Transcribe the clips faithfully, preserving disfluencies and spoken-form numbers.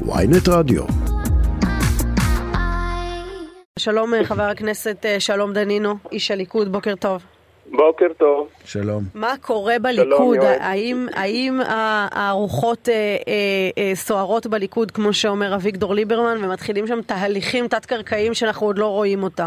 וויינט רדיו. שלום חבר הכנסת שלום דנינו, איש הליכוד, בוקר טוב. בוקר טוב. שלום. מה קורה בליכוד? האם, האם הרוחות אה, אה, אה, סוערות בליכוד, כמו שאומר אביגדור ליברמן, ומתחילים שם תהליכים תת-קרקעיים שאנחנו עוד לא רואים אותם?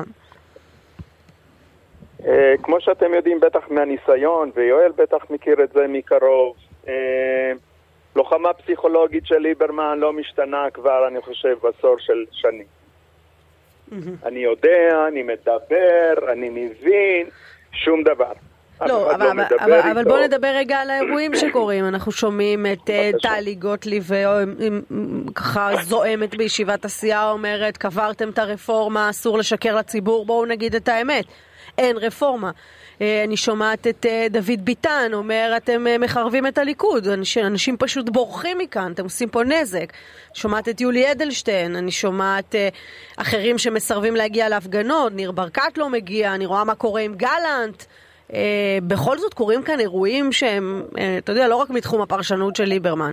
אה, כמו שאתם יודעים בטח מהניסיון, ויואל בטח מכיר את זה מקרוב, אה, לוחמה פסיכולוגית של ליברמן לא משתנה כבר, אני חושב, בעשור של שנים. Mm-hmm. אני יודע, אני מדבר, אני מבין, שום דבר. לא, אבל, לא אבל, אבל, אבל בוא נדבר רגע על האירועים שקורים. אנחנו שומעים את טלי גוטליב ככה זועמת בישיבת הסיעה, אומרת, קברתם את הרפורמה, אסור לשקר לציבור, בואו נגיד את האמת. אין רפורמה. אני שומעת את דוד ביטן אומר, אתם מחרבים את הליכוד, אנשים פשוט בורחים מכאן, אתם עושים פה נזק. שומעת את יולי אדלשטיין, אני שומעת אחרים שמסרבים להגיע להפגנות, ניר ברקת לא מגיע, אני רואה מה קורה עם גלנט. בכל זאת קוראים כאן אירועים שהם, אתה יודע, לא רק מתחום הפרשנות של ליברמן.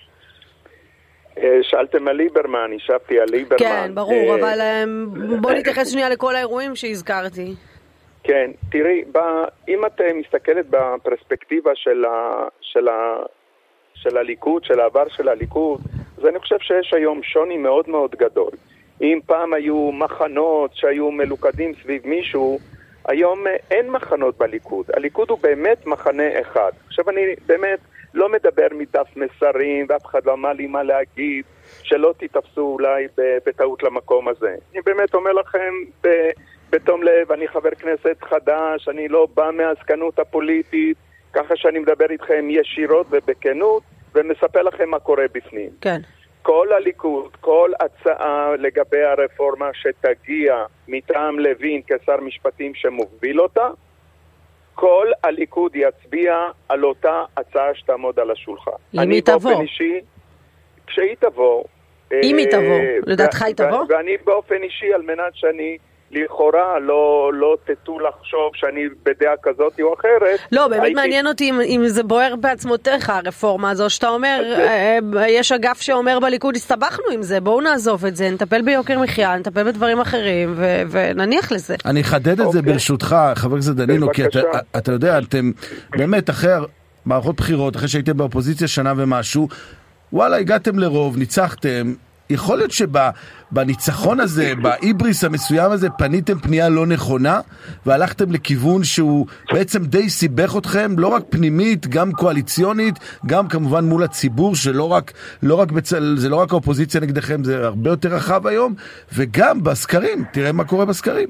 שאלתם על ליברמן, השבתי על ליברמן. כן, ברור, אבל בוא נתייחס שנייה לכל האירועים שהזכרתי. כן, תראי, ב, אם את מסתכלת בפרספקטיבה של, ה, של, ה, של הליכוד, של העבר של הליכוד, אז אני חושב שיש היום שוני מאוד מאוד גדול. אם פעם היו מחנות שהיו מלוכדים סביב מישהו, היום אין מחנות בליכוד. הליכוד הוא באמת מחנה אחד. עכשיו אני באמת לא מדבר מדף מסרים, ואף אחד לא אמר לי מה להגיד, שלא תתפסו אולי בטעות למקום הזה. אני באמת אומר לכם ב... בתום לב, אני חבר כנסת חדש, אני לא בא מהעסקנות הפוליטית, ככה שאני מדבר איתכם ישירות ובכנות, ומספר לכם מה קורה בפנים. כן. כל הליכוד, כל הצעה לגבי הרפורמה שתגיע מטעם לוין כשר משפטים שמוביל אותה, כל הליכוד יצביע על אותה הצעה שתעמוד על השולחן. למי תבוא? אישי, כשהיא תבוא. אם היא תבוא, לדעתך היא תבוא? ואני באופן אישי, על מנת שאני לכאורה לא, לא תטו לחשוב שאני בדעה כזאת או אחרת. לא, באמת הייתי... מעניין אותי אם, אם זה בוער בעצמותיך הרפורמה הזו, שאתה אומר, יש אגף שאומר בליכוד, הסתבכנו עם זה, בואו נעזוב את זה, נטפל ביוקר מחיה, נטפל בדברים אחרים, ו- ונניח לזה. אני אחדד את זה ברשותך, חבר הכנסת דנינו, כי אתה, אתה יודע, אתם באמת אחרי מערכות בחירות, אחרי שהייתם באופוזיציה שנה ומשהו, וואלה, הגעתם לרוב, ניצחתם, יכול להיות שבניצחון הזה, באיבריס המסוים הזה, פניתם פנייה לא נכונה, והלכתם לכיוון שהוא בעצם די סיבך אתכם, לא רק פנימית, גם קואליציונית, גם כמובן מול הציבור, שלא רק, לא רק בצל, זה לא רק האופוזיציה נגדכם, זה הרבה יותר רחב היום, וגם בסקרים, תראה מה קורה בסקרים.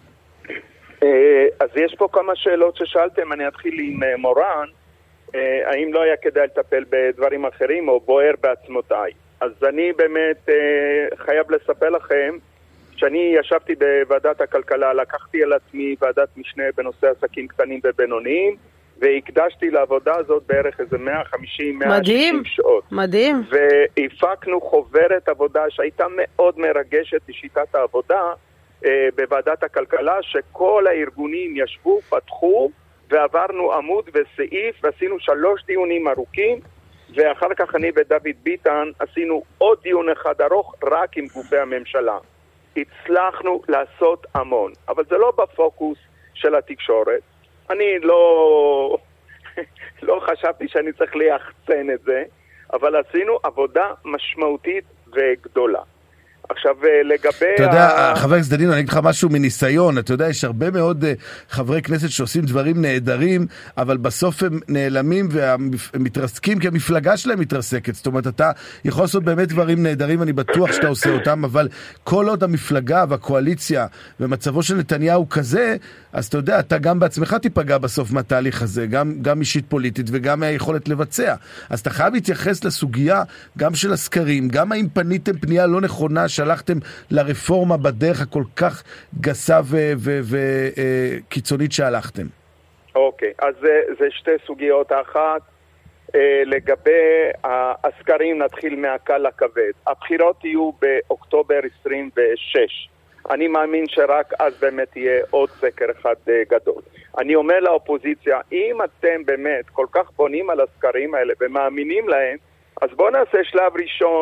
אז יש פה כמה שאלות ששאלתם, אני אתחיל עם מורן, האם לא היה כדאי לטפל בדברים אחרים, או בוער בעצמותיי. אז אני באמת אה, חייב לספר לכם שאני ישבתי בוועדת הכלכלה, לקחתי על עצמי ועדת משנה בנושא עסקים קטנים ובינוניים, והקדשתי לעבודה הזאת בערך איזה מאה וחמישים עד מאה שישים שעות. מדהים. והפקנו חוברת עבודה שהייתה מאוד מרגשת בשיטת העבודה אה, בוועדת הכלכלה, שכל הארגונים ישבו, פתחו, ועברנו עמוד וסעיף, ועשינו שלוש דיונים ארוכים, ואחר כך אני ודוד ביטן עשינו עוד דיון אחד ארוך רק עם גופי הממשלה. הצלחנו לעשות המון, אבל זה לא בפוקוס של התקשורת. אני לא, לא חשבתי שאני צריך ליחצן את זה, אבל עשינו עבודה משמעותית וגדולה. עכשיו לגבי... אתה יודע, חבר הכנסת דנינו, אני אגיד לך משהו מניסיון, אתה יודע, יש הרבה מאוד חברי כנסת שעושים דברים נהדרים, אבל בסוף הם נעלמים והם מתרסקים, כי המפלגה שלהם מתרסקת. זאת אומרת, אתה יכול לעשות באמת דברים נהדרים, אני בטוח שאתה עושה אותם, אבל כל עוד המפלגה והקואליציה ומצבו של נתניהו כזה, אז אתה יודע, אתה גם בעצמך תיפגע בסוף מהתהליך הזה, גם, גם אישית פוליטית וגם מהיכולת לבצע. אז אתה חייב להתייחס לסוגיה גם של הסקרים, גם האם פניתם פנייה לא נכונה, שלחתם לרפורמה בדרך הכל כך גסה וקיצונית שהלכתם. אוקיי, אז זה, זה שתי סוגיות. האחת, לגבי הסקרים נתחיל מהקל לכבד. הבחירות יהיו באוקטובר עשרים ושש. אני מאמין שרק אז באמת יהיה עוד סקר אחד גדול. אני אומר לאופוזיציה, אם אתם באמת כל כך בונים על הסקרים האלה ומאמינים להם, אז בואו נעשה שלב ראשון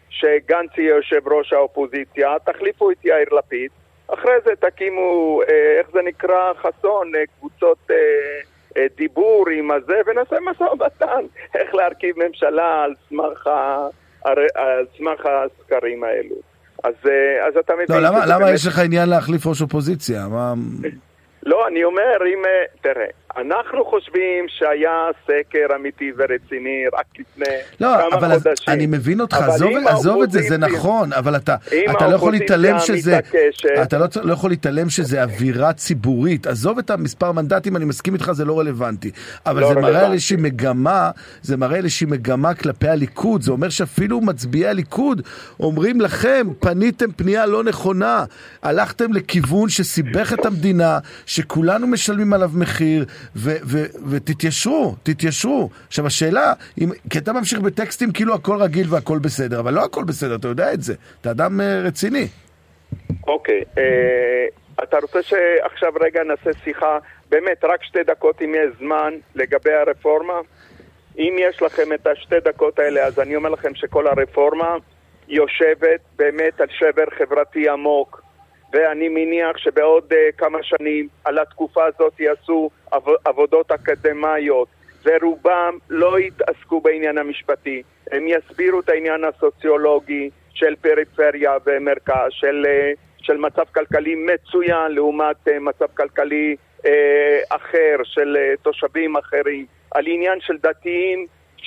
שגנץ יהיה יושב ראש האופוזיציה, תחליפו את יאיר לפיד, אחרי זה תקימו, איך זה נקרא, חסון, קבוצות דיבור עם הזה, ונעשה משא ומתן, איך להרכיב ממשלה על סמך, על סמך הסקרים האלו. אז, אז אתה מבין... לא, למה, למה באמת... יש לך עניין להחליף ראש אופוזיציה? מה... לא, אני אומר, אם... תראה, אנחנו חושבים שהיה סקר אמיתי ורציני רק לפני לא, כמה אבל חודשים. אני מבין אותך, עזוב, עזוב את זה, זה נכון, אבל אתה, אתה לא יכול להתעלם שזה, אתה לא, לא יכול להתעלם שזה אווירה ציבורית, עזוב את המספר מנדטים, אני מסכים איתך, זה לא רלוונטי, אבל לא זה רלוונטי. מראה על איזושהי מגמה, זה מראה על איזושהי מגמה כלפי הליכוד, זה אומר שאפילו מצביעי הליכוד אומרים לכם, פניתם פנייה לא נכונה, הלכתם לכיוון שסיבך את המדינה, שכולנו משלמים עליו מחיר, ו- ו- ותתיישרו, תתיישרו. עכשיו השאלה, אם, כי אתה ממשיך בטקסטים כאילו הכל רגיל והכל בסדר, אבל לא הכל בסדר, אתה יודע את זה. אתה אדם uh, רציני. אוקיי, okay, uh, אתה רוצה שעכשיו רגע נעשה שיחה, באמת רק שתי דקות אם יש זמן לגבי הרפורמה? אם יש לכם את השתי דקות האלה, אז אני אומר לכם שכל הרפורמה יושבת באמת על שבר חברתי עמוק, ואני מניח שבעוד uh, כמה שנים על התקופה הזאת יעשו עב- עבודות אקדמיות, ורובם לא יתעסקו בעניין המשפטי. הם יסבירו את העניין הסוציולוגי של פריפריה ומרכז, של, uh, של מצב כלכלי מצוין לעומת uh, מצב כלכלי uh, אחר, של uh, תושבים אחרים, על עניין של דתיים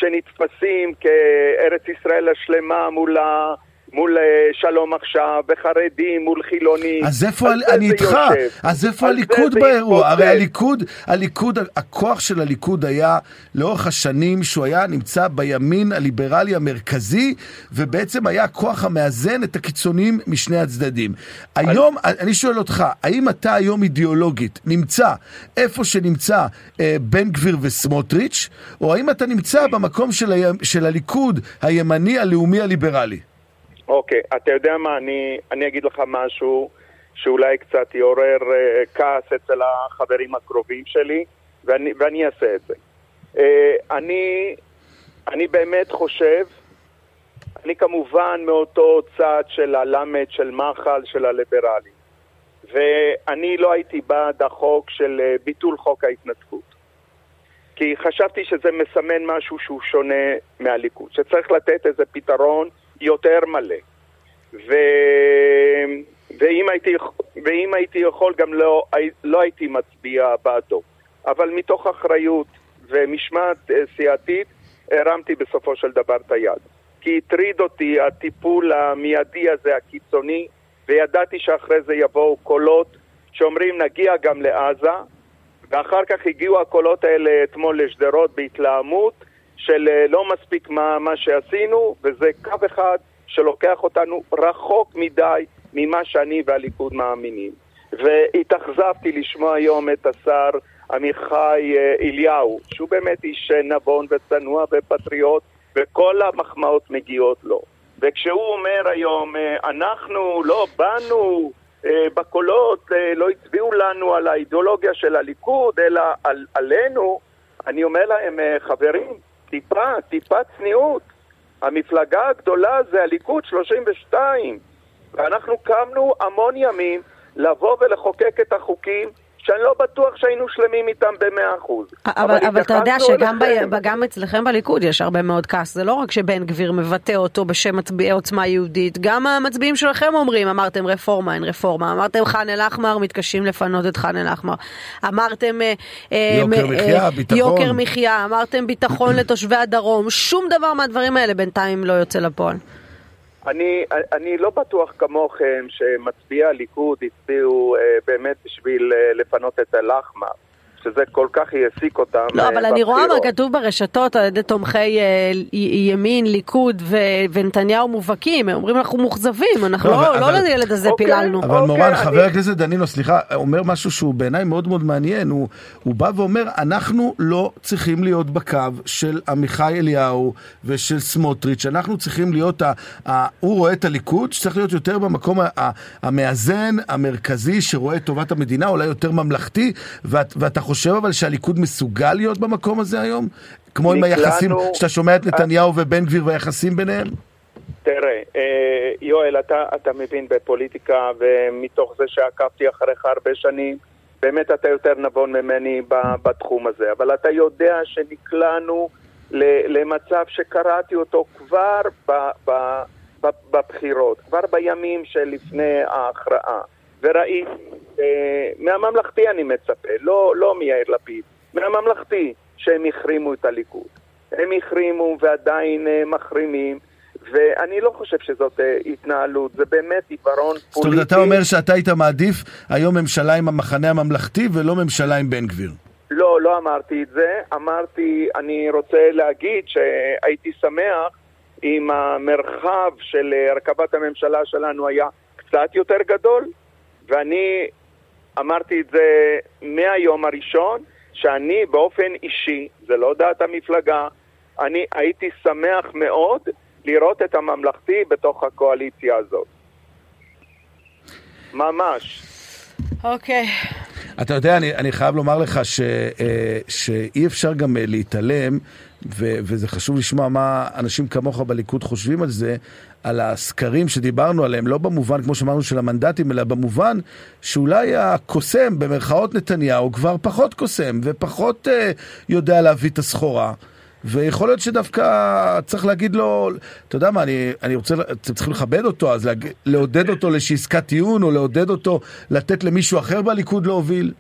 שנתפסים כארץ ישראל השלמה מול ה... מול שלום עכשיו, וחרדים, מול חילונים. אז איפה, אני איתך, אז איפה הליכוד באירוע? הרי הליכוד, הליכוד, הכוח של הליכוד היה לאורך השנים שהוא היה נמצא בימין הליברלי המרכזי, ובעצם היה הכוח המאזן את הקיצונים משני הצדדים. היום, אני שואל אותך, האם אתה היום אידיאולוגית נמצא איפה שנמצא בן גביר וסמוטריץ', או האם אתה נמצא במקום של הליכוד הימני הלאומי הליברלי? אוקיי, okay, אתה יודע מה, אני, אני אגיד לך משהו שאולי קצת יעורר uh, כעס אצל החברים הקרובים שלי, ואני, ואני אעשה את זה. Uh, אני, אני באמת חושב, אני כמובן מאותו צד של הלמד, של מחל, של הליברלי, ואני לא הייתי בעד החוק של uh, ביטול חוק ההתנתקות, כי חשבתי שזה מסמן משהו שהוא שונה מהליכוד, שצריך לתת איזה פתרון יותר מלא. ו... ואם הייתי, ואם הייתי יכול גם לא, לא הייתי מצביע בעדו. אבל מתוך אחריות ומשמעת סיעתית, הרמתי בסופו של דבר את היד. כי הטריד אותי הטיפול המיידי הזה הקיצוני, וידעתי שאחרי זה יבואו קולות שאומרים נגיע גם לעזה, ואחר כך הגיעו הקולות האלה אתמול לשדרות בהתלהמות, של לא מספיק מה, מה שעשינו, וזה קו אחד שלוקח אותנו רחוק מדי ממה שאני והליכוד מאמינים. והתאכזבתי לשמוע היום את השר עמיחי אליהו, שהוא באמת איש נבון וצנוע ופטריוט, וכל המחמאות מגיעות לו. וכשהוא אומר היום, אנחנו לא באנו בקולות, לא הצביעו לנו על האידיאולוגיה של הליכוד, אלא על, עלינו, אני אומר להם, חברים, טיפה, טיפה צניעות. המפלגה הגדולה זה הליכוד שלושים ושתיים, ואנחנו קמנו המון ימים לבוא ולחוקק את החוקים שאני לא בטוח שהיינו שלמים איתם במאה אחוז. אבל, אבל אתה יודע שגם ב, גם אצלכם בליכוד יש הרבה מאוד כעס. זה לא רק שבן גביר מבטא אותו בשם מצביעי עוצמה יהודית, גם המצביעים שלכם אומרים, אמרתם רפורמה, אין רפורמה, אמרתם חן אל-אחמר, מתקשים לפנות את חן אל-אחמר, אמרתם יוקר מחיה, ביטחון. יוקר מחיה, אמרתם ביטחון לתושבי הדרום, שום דבר מהדברים האלה בינתיים לא יוצא לפועל. אני, אני לא בטוח כמוכם שמצביעי הליכוד הצביעו אה, באמת בשביל אה, לפנות את אל-אחמר, שזה כל כך יעסיק אותם. לא, אבל אני רואה מה כתוב ברשתות על ידי תומכי ימין, ליכוד ונתניהו מובהקים, הם אומרים אנחנו מוחזבים, אנחנו לא לילד הזה פיללנו. אבל מורן, חבר הכנסת דנינו, סליחה, אומר משהו שהוא בעיניי מאוד מאוד מעניין, הוא בא ואומר, אנחנו לא צריכים להיות בקו של עמיחי אליהו ושל סמוטריץ', אנחנו צריכים להיות, הוא רואה את הליכוד, שצריך להיות יותר במקום המאזן, המרכזי, שרואה את טובת המדינה, אולי יותר ממלכתי, ואתה חושב אבל שהליכוד מסוגל להיות במקום הזה היום? כמו עם היחסים, שאתה שומע את נתניהו ובן גביר והיחסים ביניהם? תראה, יואל, אתה, אתה מבין בפוליטיקה, ומתוך זה שעקבתי אחריך הרבה שנים, באמת אתה יותר נבון ממני בתחום הזה, אבל אתה יודע שנקלענו למצב שקראתי אותו כבר בבחירות, כבר בימים שלפני ההכרעה, וראיתי, מהממלכתי אני מצפה, לא, לא מיאיר לפיד, מהממלכתי שהם החרימו את הליכוד. הם החרימו ועדיין מחרימים, ואני לא חושב שזאת התנהלות, זה באמת עיוורון פוליטי. זאת אומרת, אתה אומר שאתה היית מעדיף היום ממשלה עם המחנה הממלכתי ולא ממשלה עם בן גביר. לא, לא אמרתי את זה, אמרתי, אני רוצה להגיד שהייתי שמח אם המרחב של הרכבת הממשלה שלנו היה קצת יותר גדול, ואני אמרתי את זה מהיום הראשון, שאני באופן אישי, זה לא דעת המפלגה, אני הייתי שמח מאוד לראות את הממלכתי בתוך הקואליציה הזאת. ממש. אוקיי. אתה יודע, אני, אני חייב לומר לך ש, שאי אפשר גם להתעלם, ו, וזה חשוב לשמוע מה אנשים כמוך בליכוד חושבים על זה, על הסקרים שדיברנו עליהם, לא במובן, כמו שאמרנו, של המנדטים, אלא במובן שאולי הקוסם, במרכאות נתניהו, כבר פחות קוסם, ופחות אה, יודע להביא את הסחורה. ויכול להיות שדווקא צריך להגיד לו, אתה יודע מה, אני, אני רוצה, אתם צריכים לכבד אותו, אז להג, לעודד אותו לשעסקת טיעון, או לעודד אותו לתת למישהו אחר בליכוד להוביל?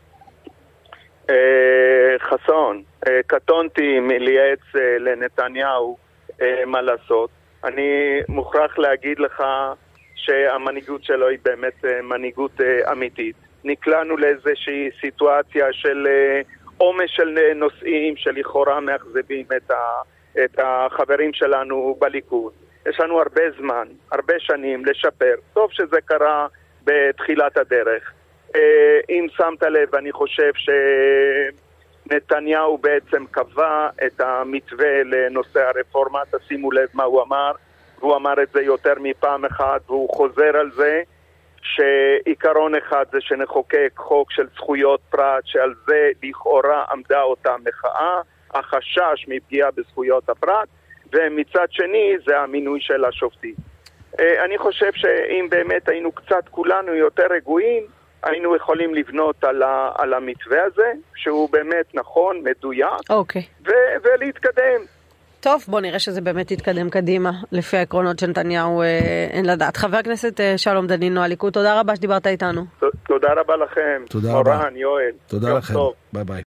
חסון, קטונתי מלייעץ לנתניהו מה לעשות. אני מוכרח להגיד לך שהמנהיגות שלו היא באמת מנהיגות אמיתית. נקלענו לאיזושהי סיטואציה של עומס של נושאים שלכאורה מאכזבים את, ה, את החברים שלנו בליכוד. יש לנו הרבה זמן, הרבה שנים לשפר. טוב שזה קרה בתחילת הדרך. אם שמת לב, אני חושב שנתניהו בעצם קבע את המתווה לנושא הרפורמה. תשימו לב מה הוא אמר. הוא אמר את זה יותר מפעם אחת, והוא חוזר על זה. שעיקרון אחד זה שנחוקק חוק של זכויות פרט, שעל זה לכאורה עמדה אותה מחאה, החשש מפגיעה בזכויות הפרט, ומצד שני זה המינוי של השופטים. אני חושב שאם באמת היינו קצת כולנו יותר רגועים, היינו יכולים לבנות על, ה, על המתווה הזה, שהוא באמת נכון, מדויק, אוקיי. ו, ולהתקדם. טוב, בוא נראה שזה באמת יתקדם קדימה, לפי העקרונות של נתניהו, אה, אין לדעת. חבר הכנסת אה, שלום דנינו, הליכוד, תודה רבה שדיברת איתנו. תודה רבה לכם. תודה רבה. מורן, יואל. תודה לכם. טוב. ביי ביי.